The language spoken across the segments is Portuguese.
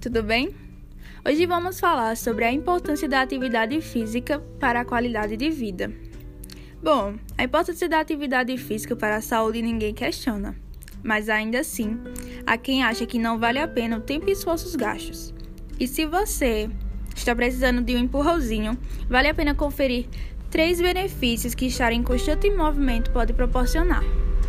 tudo bem? Hoje vamos falar sobre a importância da atividade física para a qualidade de vida. Bom, a importância da atividade física para a saúde ninguém questiona, mas ainda assim, há quem acha que não vale a pena o tempo e esforços gastos. E se você está precisando de um empurrãozinho, vale a pena conferir 3 benefícios que estar em constante movimento pode proporcionar.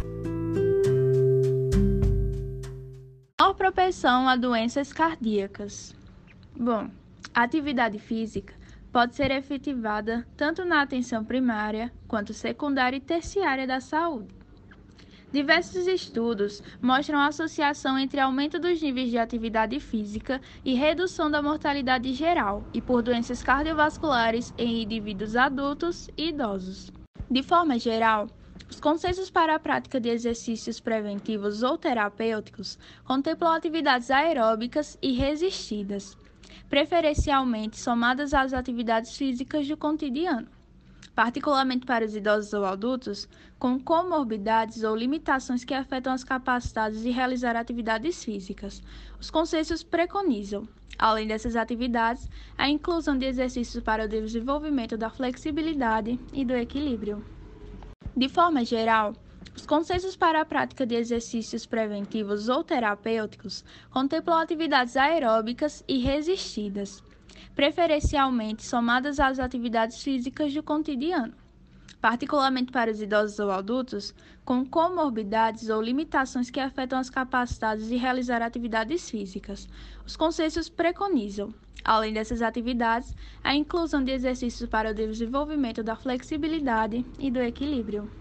Menor propensão a doenças cardíacas. Bom, a atividade física pode ser efetivada tanto na atenção primária quanto secundária e terciária da saúde. Diversos estudos mostram a associação entre aumento dos níveis de atividade física e redução da mortalidade geral e por doenças cardiovasculares em indivíduos adultos e idosos. De forma geral, os consensos para a prática de exercícios preventivos ou terapêuticos contemplam atividades aeróbicas e resistidas, preferencialmente somadas às atividades físicas do cotidiano, particularmente para os idosos ou adultos com comorbidades ou limitações que afetam as capacidades de realizar atividades físicas. Os consensos preconizam, além dessas atividades, a inclusão de exercícios para o desenvolvimento da flexibilidade e do equilíbrio. De forma geral, os consensos para a prática de exercícios preventivos ou terapêuticos contemplam atividades aeróbicas e resistidas, preferencialmente somadas às atividades físicas do cotidiano, particularmente para os idosos ou adultos com comorbidades ou limitações que afetam as capacidades de realizar atividades físicas. Os consensos preconizam, além dessas atividades, a inclusão de exercícios para o desenvolvimento da flexibilidade e do equilíbrio.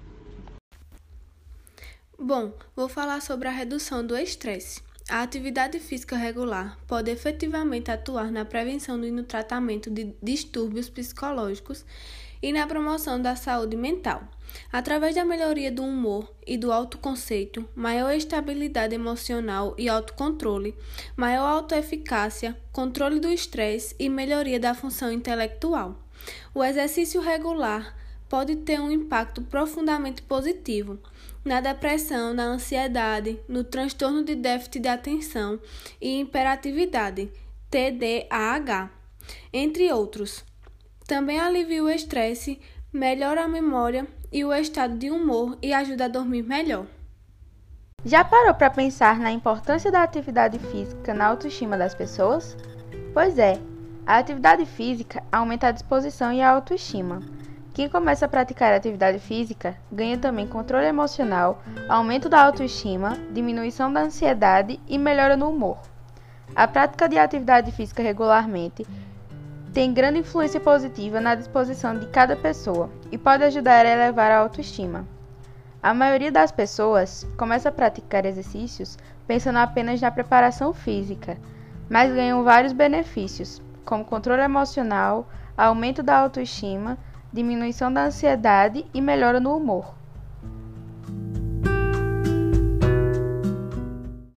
Bom, vou falar sobre a redução do estresse. A atividade física regular pode efetivamente atuar na prevenção e no tratamento de distúrbios psicológicos e na promoção da saúde mental, através da melhoria do humor e do autoconceito, maior estabilidade emocional e autocontrole, maior autoeficácia, controle do estresse e melhoria da função intelectual. O exercício regular pode ter um impacto profundamente positivo na depressão, na ansiedade, no transtorno de déficit de atenção e hiperatividade, TDAH, entre outros. Também alivia o estresse, melhora a memória e o estado de humor e ajuda a dormir melhor. Já parou para pensar na importância da atividade física na autoestima das pessoas? Pois é, a atividade física aumenta a disposição e a autoestima. Quem começa a praticar atividade física ganha também controle emocional, aumento da autoestima, diminuição da ansiedade e melhora no humor. A prática de atividade física regularmente tem grande influência positiva na disposição de cada pessoa e pode ajudar a elevar a autoestima. A maioria das pessoas começa a praticar exercícios pensando apenas na preparação física, mas ganham vários benefícios, como controle emocional, aumento da autoestima, diminuição da ansiedade e melhora no humor.